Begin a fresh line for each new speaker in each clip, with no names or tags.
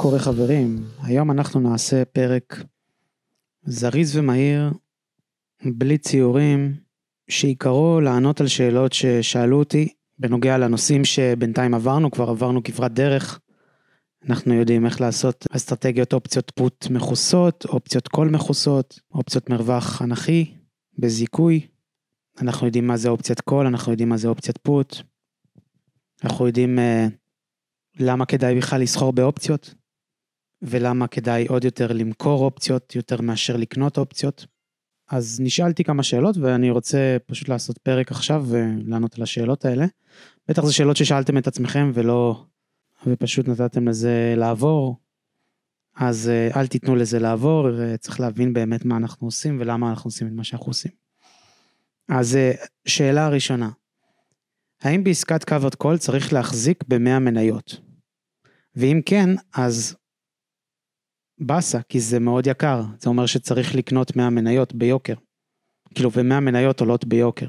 קורה חברים? היום אנחנו נעשה פרק זריז ומהיר, בלי ציורים, שעיקרו לענות על שאלות ששאלו אותי, בנוגע לנושאים שבינתיים כבר עברנו כברת דרך, אנחנו יודעים איך לעשות אסטרטגיות אופציות פוט מכוסות, אופציות קול מכוסות, אופציות מרווח אנכי, בזיכוי, אנחנו יודעים מה זה אופציית קול, אנחנו יודעים מה זה אופציית פוט, אנחנו יודעים למה כדאי בכלל לסחור באופציות, ולמה כדאי עוד יותר למכור אופציות, יותר מאשר לקנות אופציות. אז נשאלתי כמה שאלות, ואני רוצה פשוט לעשות פרק עכשיו, ולענות על השאלות האלה. בטח זה שאלות ששאלתם את עצמכם, ופשוט נתתם לזה לעבור, אז אל תיתנו לזה לעבור, צריך להבין באמת מה אנחנו עושים, ולמה אנחנו עושים את מה שאנחנו עושים. אז שאלה הראשונה, האם בעסקת covered call צריך להחזיק ב100 מניות? ואם כן, אז בסה, כי זה מאוד יקר, זה אומר שצריך לקנות 100 מניות ביוקר, כאילו ו100 מניות עולות ביוקר.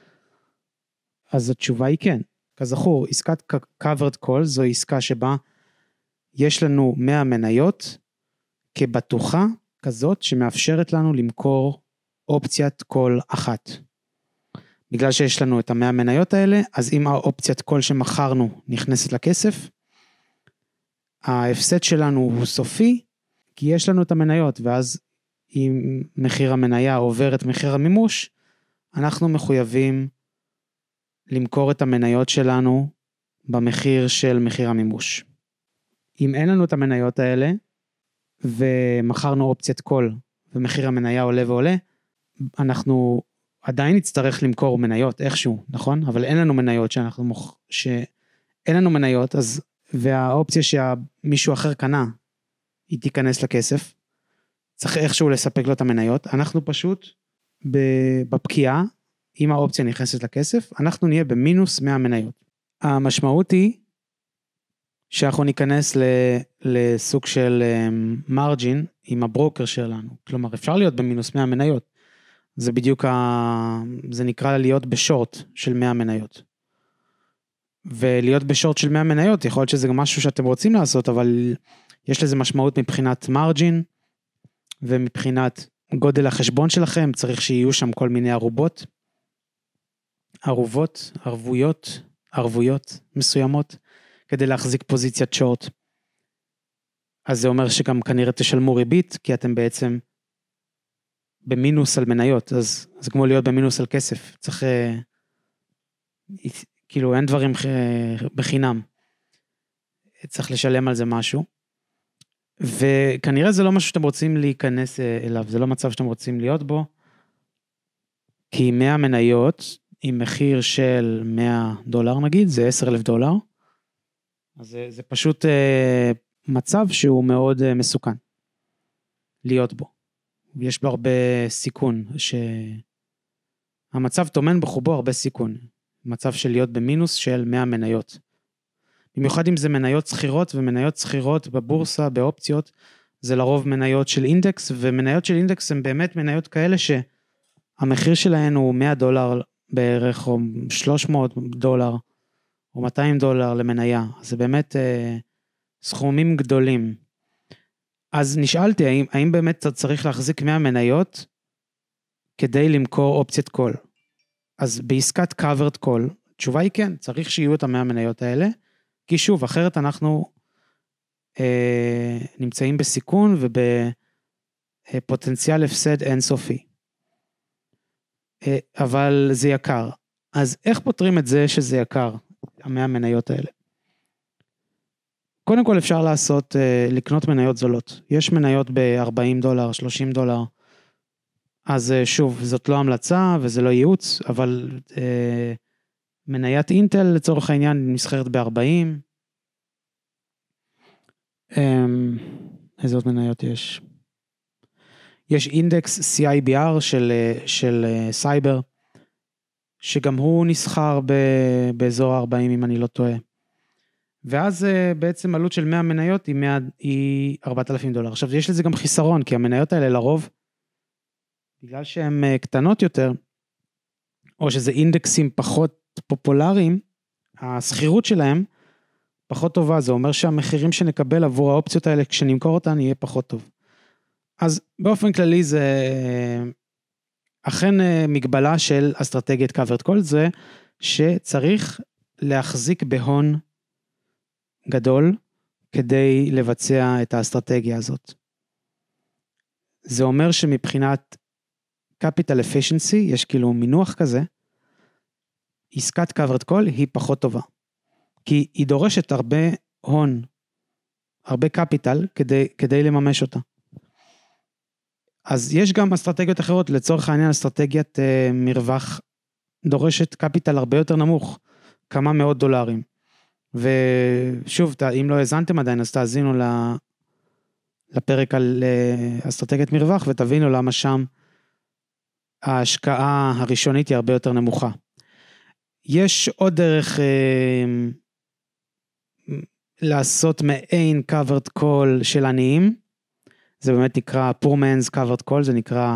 אז התשובה היא כן, כזכור, עסקת covered call זו עסקה שבה יש לנו 100 מניות כבטוחה כזאת שמאפשרת לנו למכור אופציית קול אחת. בגלל שיש לנו את 100 מניות האלה, אז אם האופציית קול שמכרנו נכנסת לכסף, ההפסד שלנו הוא סופי, כי יש לנו את המניות, ואז אם מחיר המניה עובר את מחיר המימוש, אנחנו מחויבים למכור את המניות שלנו במחיר של מחיר המימוש. אם אין לנו את המניות האלה, ומכרנו אופציית קול, ומחיר המניה עולה ועולה, אנחנו עדיין נצטרך למכור מניות איכשהו, נכון? אבל אין לנו מניות שאין לנו מניות, אז, והאופציה שמישהו אחר קנה, היא תיכנס לכסף, צריך איכשהו לספק לו את המניות, אנחנו פשוט בפקיעה, אם האופציה נכנסת לכסף, אנחנו נהיה במינוס 100 מניות. המשמעות היא, שאנחנו ניכנס לסוג של מרג'ין, עם הברוקר שלנו, כלומר אפשר להיות במינוס 100 מניות, זה בדיוק, זה נקרא להיות בשורט של 100 מניות. ולהיות בשורט של 100 מניות, יכול להיות שזה גם משהו שאתם רוצים לעשות, אבל יש לזה משמעות מבחינת מרג'ין, ומבחינת גודל החשבון שלכם, צריך שיהיו שם כל מיני ערבויות מסוימות, כדי להחזיק פוזיציית שורט. אז זה אומר שגם כנראה תשלמו ריבית, כי אתם בעצם במינוס על מניות, אז זה כמו להיות במינוס על כסף, צריך, כאילו אין דברים בחינם, צריך לשלם על זה משהו, וכנראה זה לא משהו שאתם רוצים להיכנס אליו, זה לא מצב שאתם רוצים להיות בו, כי 100 מניות, עם מחיר של $100 נגיד, זה $10,000, אז זה פשוט מצב שהוא מאוד מסוכן, להיות בו. ויש בו הרבה סיכון, שהמצב תומן בחובו הרבה סיכון, מצב של להיות במינוס של 100 מניות. במיוחד אם זה מניות סחירות, ומניות סחירות בבורסה, באופציות, זה לרוב מניות של אינדקס, ומניות של אינדקס הן באמת מניות כאלה שהמחיר שלהן הוא $100 בערך, או $300 או $200 למניה, זה באמת סכומים גדולים. אז נשאלתי, האם באמת צריך להחזיק 100 מניות, כדי למכור אופציית קול? אז בעסקת covered call, תשובה היא כן, צריך שיהיו את 100 מניות האלה, כי שוב, אחרת אנחנו נמצאים בסיכון, ובפוטנציאל הפסד אינסופי. אבל זה יקר. אז איך פותרים את זה שזה יקר, 100 מניות האלה? קודם כל אפשר לקנות מניות זולות. יש מניות $40, $30, אז שוב, זאת לא המלצה וזה לא ייעוץ, אבל מניית אינטל לצורך העניין נסחרת ב-40. איזה עוד מניות יש? יש אינדקס CIBR של סייבר, שגם הוא נסחר באזור 40 אם אני לא טועה. ואז בעצם עלות של 100 מניות היא $4,000. עכשיו יש לזה גם חיסרון, כי המניות האלה לרוב, בגלל שהן קטנות יותר, או שזה אינדקסים פחות פופולריים, הסחירות שלהם פחות טובה, זה אומר שהמחירים שנקבל עבור האופציות האלה, כשנמכור אותן, יהיה פחות טוב. אז באופן כללי זה אכן מגבלה של אסטרטגיית covered call, זה שצריך להחזיק בהון גדול, כדי לבצע את האסטרטגיה הזאת. זה אומר שמבחינת capital efficiency, יש כאילו מינוח כזה, עסקת covered call היא פחות טובה. כי היא דורשת הרבה הון, הרבה קפיטל, כדי לממש אותה. אז יש גם אסטרטגיות אחרות, לצורך העניין אסטרטגיית מרווח, דורשת קפיטל הרבה יותר נמוך, כמה מאות דולרים. ושוב, אם לא הזנתם עדיין, אז תאזינו לפרק על אסטרטגיית מרווח, ותבינו למה שם ההשקעה הראשונית היא הרבה יותר נמוכה. יש עוד דרך לעשות מעין covered call של עניים, זה באמת נקרא poor man's covered call, זה נקרא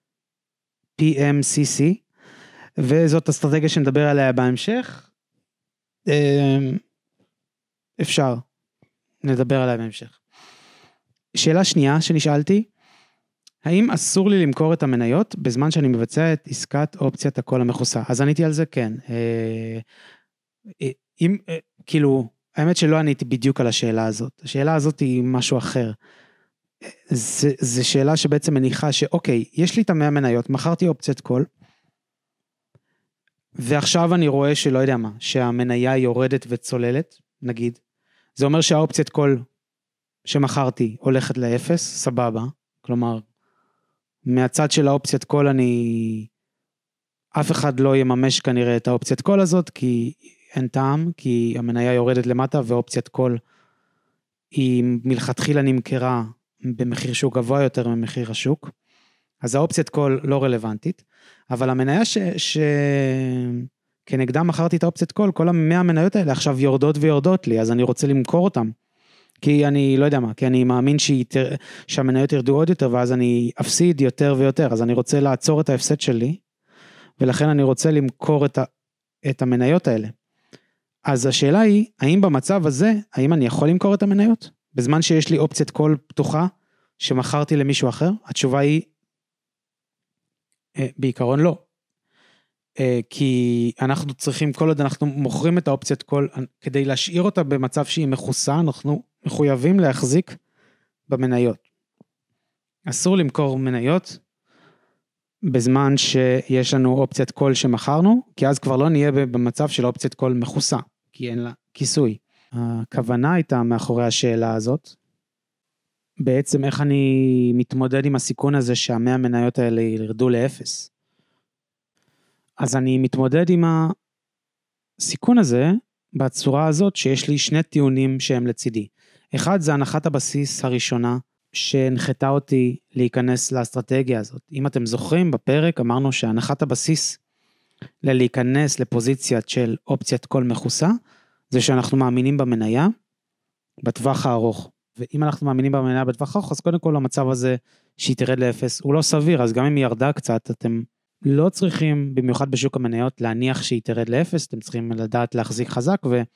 PMCC, וזאת אסטרטגיה שנדבר עליה בהמשך, אפשר, נדבר עליה בהמשך. שאלה שנייה שנשאלתי, האם אסור לי למכור את המניות בזמן שאני מבצע את עסקת אופציית הקול המכוסה? אז עניתי על זה, כן. כאילו, האמת שלא עניתי בדיוק על השאלה הזאת. השאלה הזאת היא משהו אחר. זו שאלה שבעצם מניחה שאוקיי, יש לי את 100 מניות, מכרתי אופציית קול, ועכשיו אני רואה שלא יודע מה, שהמניה יורדת וצוללת, נגיד. זה אומר שהאופציית קול שמכרתי הולכת לאפס, סבבה. כלומר, מהצד של האופציית קול אף אחד לא יממש כנראה את האופציית קול הזאת, כי אין טעם, כי המניה יורדת למטה, ואופציית קול היא מלכתחילה נמכרה במחיר שהוא גבוה יותר ממחיר השוק, אז האופציית קול לא רלוונטית, אבל המניה כנגדם מכרתי את האופציית קול, כל 100 המניות האלה עכשיו יורדות ויורדות לי, אז אני רוצה למכור אותם, כי אני לא יודע מה, כי אני מאמין שהמניות ירדו עוד יותר, ואז אני אפסיד יותר ויותר, אז אני רוצה לעצור את ההפסד שלי, ולכן אני רוצה למכור את המניות האלה. אז השאלה היא, האם במצב הזה, האם אני יכול למכור את המניות? בזמן שיש לי אופציית קול פתוחה, שמכרתי למישהו אחר? התשובה היא, בעיקרון לא. כי אנחנו צריכים, כל עוד אנחנו מוכרים את האופציית קול, כדי להשאיר אותה במצב שהיא מכוסה, אנחנו מחויבים להחזיק במניות. אסור למכור מניות, בזמן שיש לנו אופציית קול שמכרנו, כי אז כבר לא נהיה במצב של אופציית קול מכוסה, כי אין לה כיסוי. הכוונה הייתה מאחורי השאלה הזאת, בעצם איך אני מתמודד עם הסיכון הזה שהמאה מניות האלה ירדו לאפס. אז אני מתמודד עם הסיכון הזה בצורה הזאת שיש לי שני טיעונים שהם לצידי. אחד זה הנחת הבסיס הראשונה שהנחתה אותי להיכנס לאסטרטגיה הזאת. אם אתם זוכרים בפרק אמרנו שהנחת הבסיס להיכנס לפוזיציית של אופציית קול מכוסה, זה שאנחנו מאמינים במניה בטווח הארוך. ואם אנחנו מאמינים במניה בטווח הארוך, אז קודם כל המצב הזה שהיא תרד לאפס, הוא לא סביר, אז גם אם היא ירדה קצת, אתם לא צריכים, במיוחד בשוק המניות, להניח שהיא תרד לאפס, אתם צריכים לדעת להחזיק חזק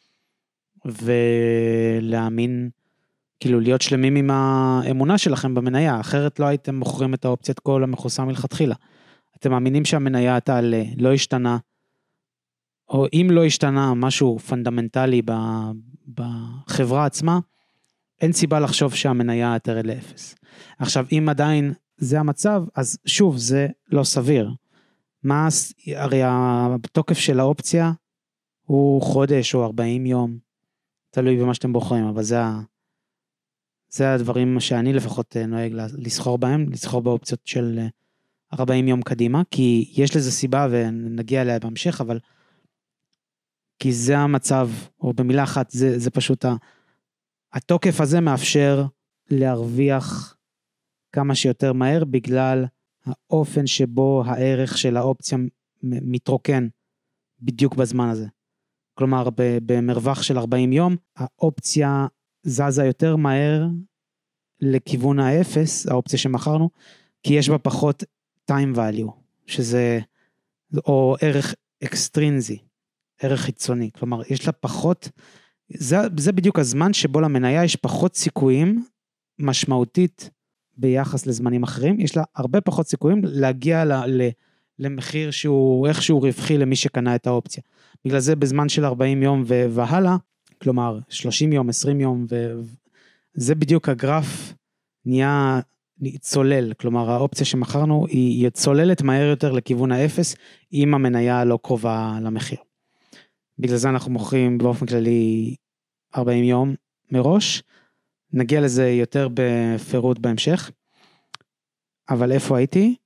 ולהאמין, כאילו להיות שלמים עם האמונה שלכם במניה, אחרת לא הייתם מוכרים את האופציית קול המכוסה מלכתחילה. אתם מאמינים שהמניה תעלה, לא השתנה, או אם לא השתנה משהו פונדמנטלי בחברה עצמה, אין סיבה לחשוב שהמניה תרד לאפס. עכשיו, אם עדיין זה המצב, אז שוב, זה לא סביר. הרי התוקף של האופציה הוא חודש או 40 יום, תלוי במה שאתם בוחרים, אבל זה הדברים שאני לפחות נוהג לסחור בהם, לסחור באופציות של 40 יום קדימה, כי יש לזה סיבה ונגיע אליה בהמשך, אבל כי זה המצב, או במילה אחת, זה פשוט התוקף הזה מאפשר להרוויח כמה שיותר מהר, בגלל האופן שבו הערך של האופציה מתרוקן בדיוק בזמן הזה. כלומר, במרווח של 40 יום, האופציה זזה יותר מהר לכיוון האפס, האופציה שמכרנו, כי יש בה פחות time value, שזה, או ערך אקסטרינזי, ערך חיצוני. כלומר, יש לה פחות זה בדיוק הזמן שבו למניה יש פחות סיכויים משמעותית ביחס לזמנים אחרים, יש לה הרבה פחות סיכויים להגיע למחיר שהוא איכשהו רווחי למי שקנה את האופציה. בגלל זה בזמן של 40 יום והלאה, כלומר 30 יום, 20 יום, וזה בדיוק הגרף נהיה צולל, כלומר האופציה שמכרנו היא צוללת מהר יותר לכיוון האפס, אם המניה לא קרובה למחיר. בגלל זה אנחנו מוכרים באופן כללי 40 יום מראש, נגיע לזה יותר בפירוט בהמשך, אבל איפה הייתי?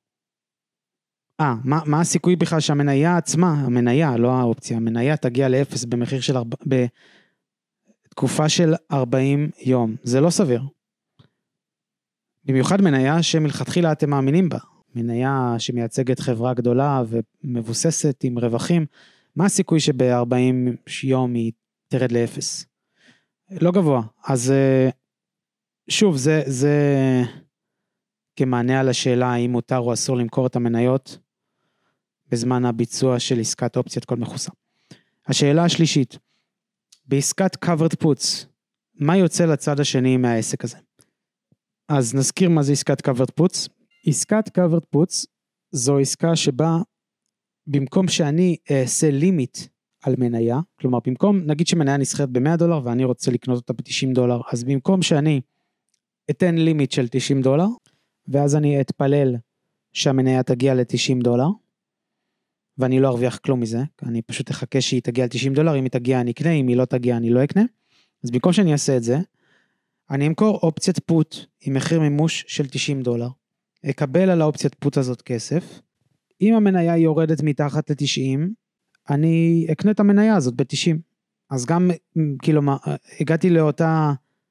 מה הסיכוי בכלל שהמניה עצמה, המניה, לא האופציה, המניה תגיע לאפס במחיר של, בתקופה של 40 יום, זה לא סביר. במיוחד מניה שמלכתחילה אתם מאמינים בה, מניה שמייצגת חברה גדולה ומבוססת עם רווחים, מה הסיכוי שב-40 יום היא תרד לאפס? לא גבוה, אז שוב, זה כמענה על השאלה האם מותר או אסור למכור את המניות בזמן הביצוע של עסקת אופציית כל מכוסה. השאלה השלישית, בעסקת covered puts, מה יוצא לצד השני מהעסק הזה? אז נזכיר מה זה עסקת covered puts. עסקת covered puts זו עסקה שבה במקום שאני אעשה לימיט על מניה, כלומר במקום, נגיד שמניה נסחרת ב$100 ואני רוצה לקנות אותה ב$90, אז במקום שאני אתן לימיט של $90, ואז אני אתפלל שהמניה תגיע ל$90, ואני לא ארוויח כלום מזה, אני פשוט אחכה שהיא תגיע ל$90, אם היא תגיע אני אקנה, אם היא לא תגיע אני לא אקנה, אז במקום שאני אעשה את זה, אני אמכור אופציית פוט עם מחיר מימוש של $90, אקבל על האופציית פוט הזאת כסף, אם המניה יורדת מתחת ל-90, אני אקנה את המניה הזאת ב-90, אז גם כאילו הגעתי לאותה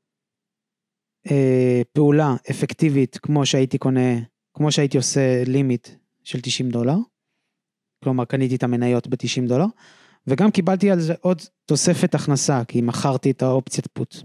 פעולה אפקטיבית כמו שהייתי קונה, כמו שהייתי עושה לימיט של $90, כלומר קניתי את המניות ב-$90, וגם קיבלתי על זה עוד תוספת הכנסה, כי מכרתי את האופציית פוט.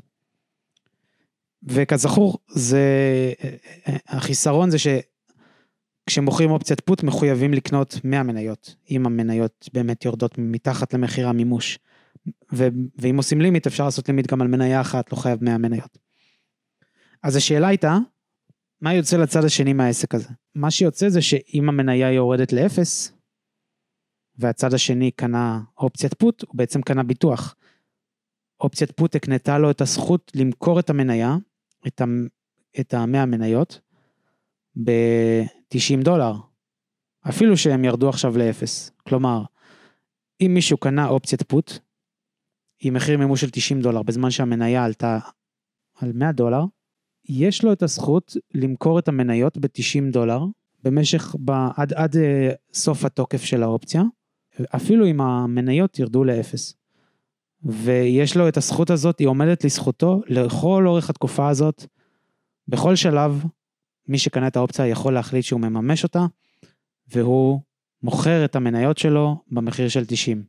וכזכור, החיסרון זה שכשמוכרים אופציית פוט מחויבים לקנות 100 מניות, אם המניות באמת יורדות מתחת למחיר המימוש, ואם עושים לימיט אפשר לעשות לימיט גם על מניה אחת, לא חייב 100 מניות. אז השאלה הייתה, מה יוצא לצד השני מהעסק הזה? מה שיוצא זה שאם המניה יורדת לאפס, והצד השני קנה אופציית פוט, הוא בעצם קנה ביטוח. אופציית פוט הקנתה לו את הזכות למכור את המניה, את ה-100 מניות, ב-$90, אפילו שהם ירדו עכשיו לאפס. כלומר, אם מישהו קנה אופציית פוט, עם מחיר מימוש של $90, בזמן שהמניה עלתה על $100, יש לו את הזכות למכור את המניות ב-$90, במשך, עד סוף התוקף של האופציה, אפילו אם המניות ירדו לאפס. ויש לו את הזכות הזאת, היא עומדת לזכותו, לכל אורך התקופה הזאת, בכל שלב, מי שקנה את האופציה יכול להחליט שהוא מממש אותה, והוא מוכר את המניות שלו במחיר של 90.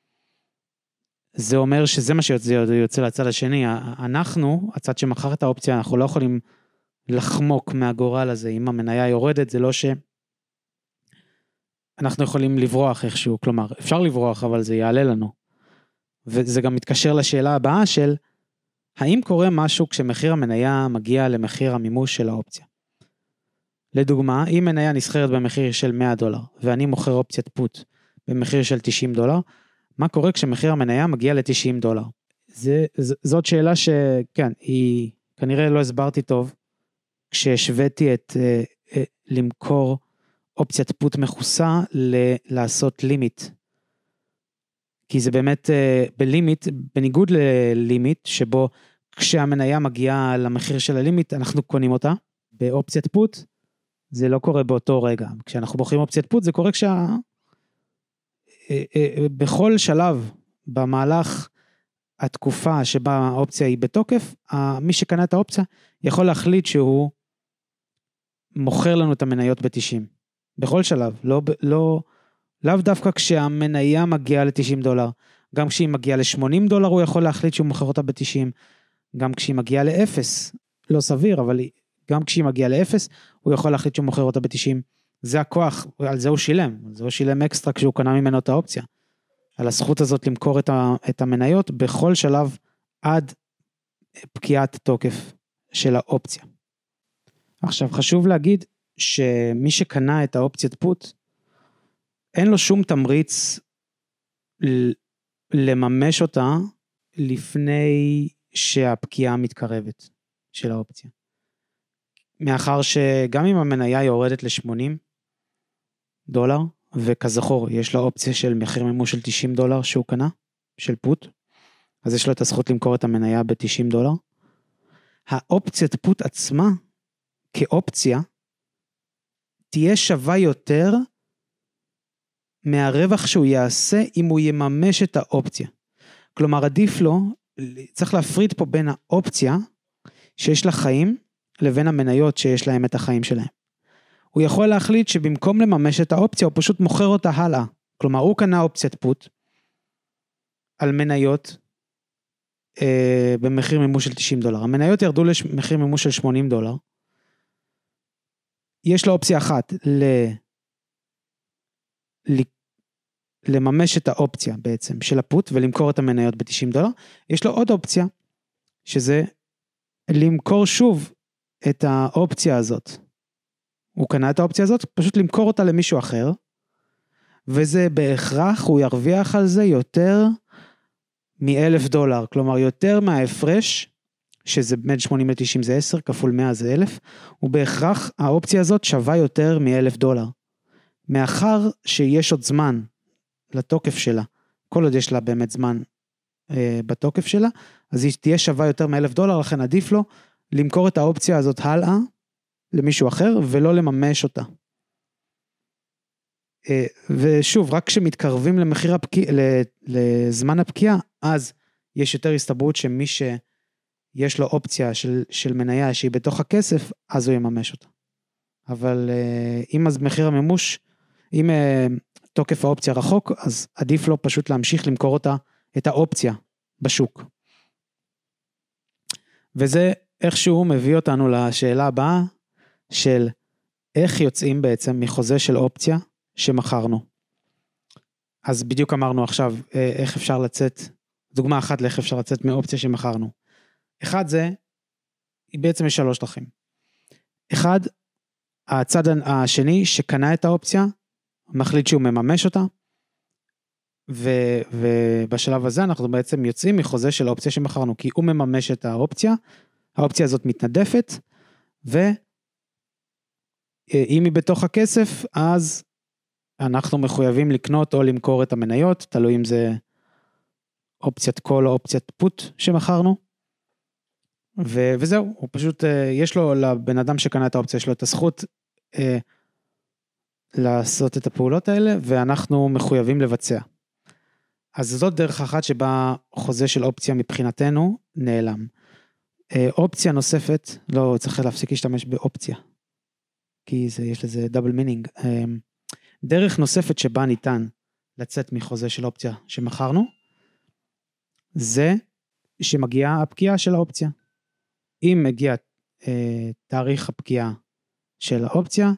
זה אומר שזה מה שיוצא לצד השני, אנחנו, הצד שמכר את האופציה, אנחנו לא יכולים לחמוק מהגורל הזה, אם המניה יורדת, זה לא אנחנו יכולים לברוח איכשהו, כלומר, אפשר לברוח, אבל זה יעלה לנו. וזה גם מתקשר לשאלה הבאה של, האם קורה משהו כשמחיר המניה מגיע למחיר המימוש של האופציה? לדוגמה, אם מניה נסחרת במחיר של $100, ואני מוכר אופציית פוט במחיר של $90, מה קורה כשמחיר המניה מגיע ל$90? זאת שאלה שכן, היא כנראה לא הסברתי טוב, כשהשוויתי למכור אופציית פוט מכוסה לעשות לימיט. כי זה באמת בלימיט, בניגוד ללימיט, שבו כשהמניה מגיעה למחיר של הלימיט, אנחנו קונים אותה. באופציית פוט, זה לא קורה באותו רגע. כשאנחנו בוחרים אופציית פוט, זה קורה בכל שלב, במהלך התקופה שבה האופציה היא בתוקף, מי שקנה את האופציה, יכול להחליט שהוא מוכר לנו את המניות ב-90. בכל שלב, לאו דווקא כשהמניה מגיעה ל$90, גם כשהיא מגיעה ל$80 הוא יכול להחליט שהוא מוכר אותה ב-90, גם כשהיא מגיעה ל-0, לא סביר, אבל גם כשהיא מגיעה ל-0, הוא יכול להחליט שהוא מוכר אותה ב-90, זה הכוח, על זה הוא שילם אקסטרה כשהוא קנה ממנו את האופציה, על הזכות הזאת למכור את המניות בכל שלב עד פקיעת תוקף של האופציה. עכשיו חשוב להגיד שמי שקנה את האופציית פוט, אין לו שום תמריץ לממש אותה לפני שהפקיעה מתקרבת של האופציה. מאחר שגם אם המניה יורדת $80, וכזכור יש לו אופציה של מחיר מימוש של $90 שהוא קנה, של פוט, אז יש לו את הזכות למכור את המניה $90. האופציית פוט עצמה, כאופציה, תהיה שווה יותר מהרווח שהוא יעשה אם הוא יממש את האופציה. כלומר עדיף לו, צריך להפריד פה בין האופציה שיש לה חיים, לבין המניות שיש להם את החיים שלהם. הוא יכול להחליט שבמקום לממש את האופציה, הוא פשוט מוכר אותה הלאה. כלומר, הוא קנה אופציית פוט, על מניות, במחיר מימוש של $90. המניות ירדו למחיר מימוש של $80. יש לו אופציה אחת, לממש את האופציה בעצם של הפוט, ולמכור את המניות $90. יש לו עוד אופציה, שזה למכור שוב את האופציה הזאת. הוא קנה את האופציה הזאת, פשוט למכור אותה למישהו אחר, וזה בהכרח, הוא ירוויח על זה יותר $1,000, כלומר יותר מההפרש, שזה בין 80 ל-90 זה 10, כפול 100 זה 1,000, ובהכרח האופציה הזאת שווה יותר $1,000. מאחר שיש עוד זמן לתוקף שלה, כל עוד יש לה באמת זמן בתוקף שלה, אז היא תהיה שווה יותר $1,000, לכן עדיף לו למכור את האופציה הזאת הלאה, למישהו אחר, ולא לממש אותה. ושוב, רק כשמתקרבים לזמן הפקיעה, אז יש יותר הסתברות שמי שיש לו אופציה של מניה שהיא בתוך הכסף, אז הוא יממש אותה. אבל אם אז מחיר המימוש, אם תוקף האופציה רחוק, אז עדיף לו פשוט להמשיך למכור אותה, את האופציה בשוק. וזה איכשהו מביא אותנו לשאלה הבאה, של איך יוצאים בעצם מחוזה של אופציה שמכרנו. אז בדיוק אמרנו עכשיו איך אפשר לצאת, דוגמה אחת לאיך אפשר לצאת מאופציה שמכרנו. אחד זה, בעצם יש 3 דרכים. אחד, הצד השני שקנה את האופציה, מחליט שהוא מממש אותה, ובשלב הזה אנחנו בעצם יוצאים מחוזה של האופציה שמכרנו, כי הוא מממש את האופציה, האופציה הזאת מתנדפת, אם היא בתוך הכסף, אז אנחנו מחויבים לקנות או למכור את המניות, תלוי אם זה אופציית קול או אופציית פוט שמכרנו, וזהו, הוא פשוט, יש לו, לבן אדם שקנה את האופציה, יש לו את הזכות לעשות את הפעולות האלה, ואנחנו מחויבים לבצע. אז זאת דרך אחת שבה חוזה של אופציה מבחינתנו נעלם. אופציה נוספת, לא צריך להפסיק להשתמש באופציה, כי יש לזה דאבל מינינג. דרך נוספת שבה ניתן לצאת מחוזה של אופציה שמכרנו, זה שמגיעה הפקיעה של האופציה. אם מגיע תאריך הפקיעה של האופציה,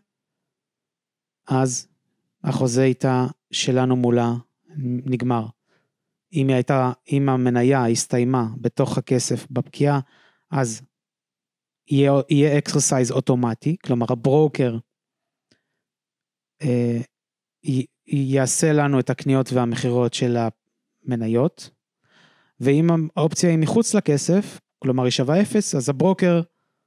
אז החוזה איתה שלנו מולה נגמר. אם המניה הסתיימה בתוך הכסף בפקיעה, אז יהיה אקסרסייז אוטומטי, כלומר הברוקר יעשה לנו את הקניות והמחירות של המניות, ואם האופציה היא מחוץ לכסף, כלומר היא שווה 0, אז הברוקר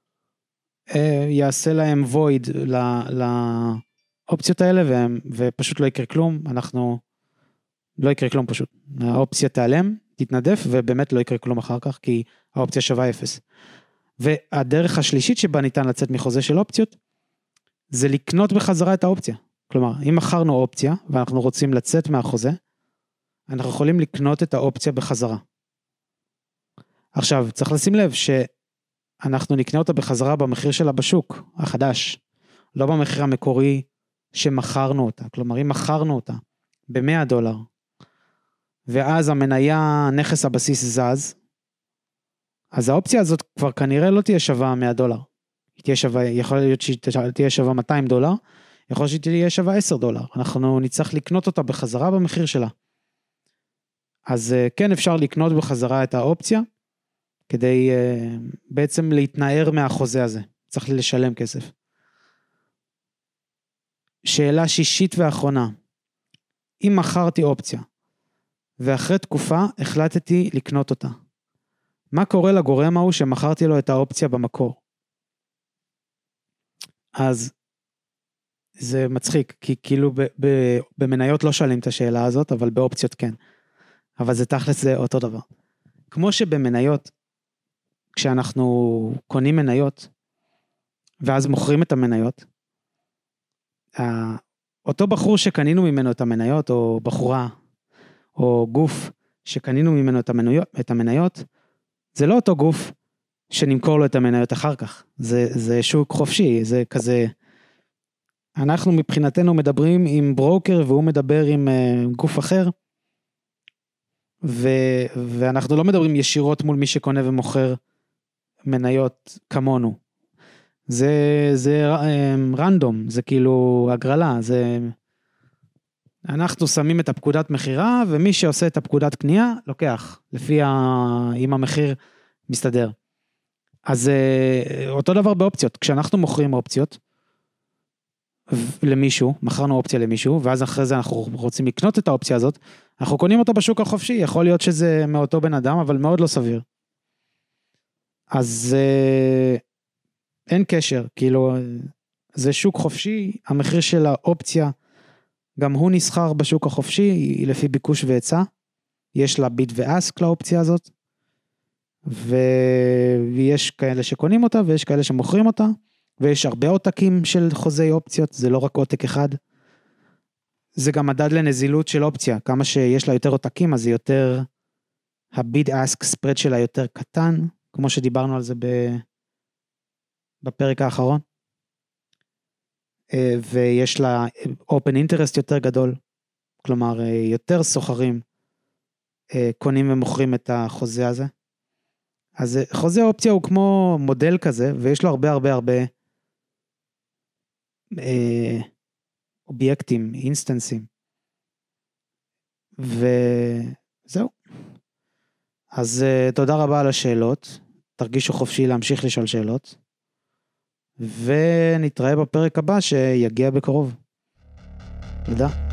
יעשה להם וויד לאופציות האלה, ופשוט לא יקרה כלום, לא יקרה כלום פשוט, האופציה תיעלם, תתנדף, ובאמת לא יקרה כלום אחר כך, כי האופציה שווה 0. והדרך השלישית שבה ניתן לצאת מחוזה של אופציות, זה לקנות בחזרה את האופציה. כלומר, אם מכרנו אופציה, ואנחנו רוצים לצאת מהחוזה, אנחנו יכולים לקנות את האופציה בחזרה. עכשיו, צריך לשים לב שאנחנו נקנה אותה בחזרה במחיר שלה בשוק, החדש, לא במחיר המקורי שמכרנו אותה. כלומר, אם מכרנו אותה ב$100, ואז המניה, נכס הבסיס זז, אז האופציה הזאת כבר כנראה לא תהיה שווה $100. היא תהיה שווה, יכול להיות שהיא תהיה שווה $200, יכול להיות שהיא תהיה שווה $10. אנחנו נצטרך לקנות אותה בחזרה במחיר שלה. אז כן אפשר לקנות בחזרה את האופציה, כדי בעצם להתנער מהחוזה הזה, צריך לשלם כסף. שאלה שישית ואחרונה, אם מכרתי אופציה, ואחרי תקופה החלטתי לקנות אותה, מה קורה לגורם ההוא שמכרתי לו את האופציה במקור? אז זה מצחיק, כי כאילו במניות לא שואלים את השאלה הזאת, אבל באופציות כן. אבל זה תכלס זה אותו דבר. כמו שבמניות, כשאנחנו קונים מניות, ואז מוכרים את המניות, אותו בחור שקנינו ממנו את המניות, או בחורה, או גוף שקנינו ממנו את המניות, זה לא אותו גוף שנמכור לו את המניות אחר כך. זה שוק חופשי, זה כזה, אנחנו מבחינתנו מדברים עם ברוקר, והוא מדבר עם גוף אחר, ואנחנו לא מדברים ישירות מול מי שקונה ומוכר מניות כמונו. זה רנדום, זה כאילו הגרלה, אנחנו שמים את הפקודת מחירה, ומי שעושה את הפקודת קנייה, לוקח, לפי אם המחיר מסתדר. אז אותו דבר באופציות, כשאנחנו מוכרים אופציות, למישהו, מכרנו אופציה למישהו, ואז אחרי זה אנחנו רוצים לקנות את האופציה הזאת, אנחנו קונים אותה בשוק החופשי, יכול להיות שזה מאותו בן אדם, אבל מאוד לא סביר. אז אין קשר, כאילו, זה שוק חופשי, המחיר של האופציה, גם הוא נסחר בשוק החופשי, היא לפי ביקוש והיצע, יש לה ביט ואסק לאופציה הזאת, ויש כאלה שקונים אותה, ויש כאלה שמוכרים אותה, ויש הרבה עותקים של חוזי אופציות, זה לא רק עותק אחד, זה גם מדד לנזילות של אופציה, כמה שיש לה יותר עותקים, אז זה יותר, הביט אסק ספרד שלה יותר קטן, כמו שדיברנו על זה בפרק האחרון, ויש לה open interest יותר גדול, כלומר יותר סוחרים קונים ומוכרים את החוזה הזה. אז חוזה אופציה הוא כמו מודל כזה, ויש לו הרבה אובייקטים, אינסטנסים. וזהו. אז תודה רבה על השאלות, תרגישו חופשי להמשיך לשאול שאלות, ונתראה בפרק הבא שיגיע בקרוב. תודה.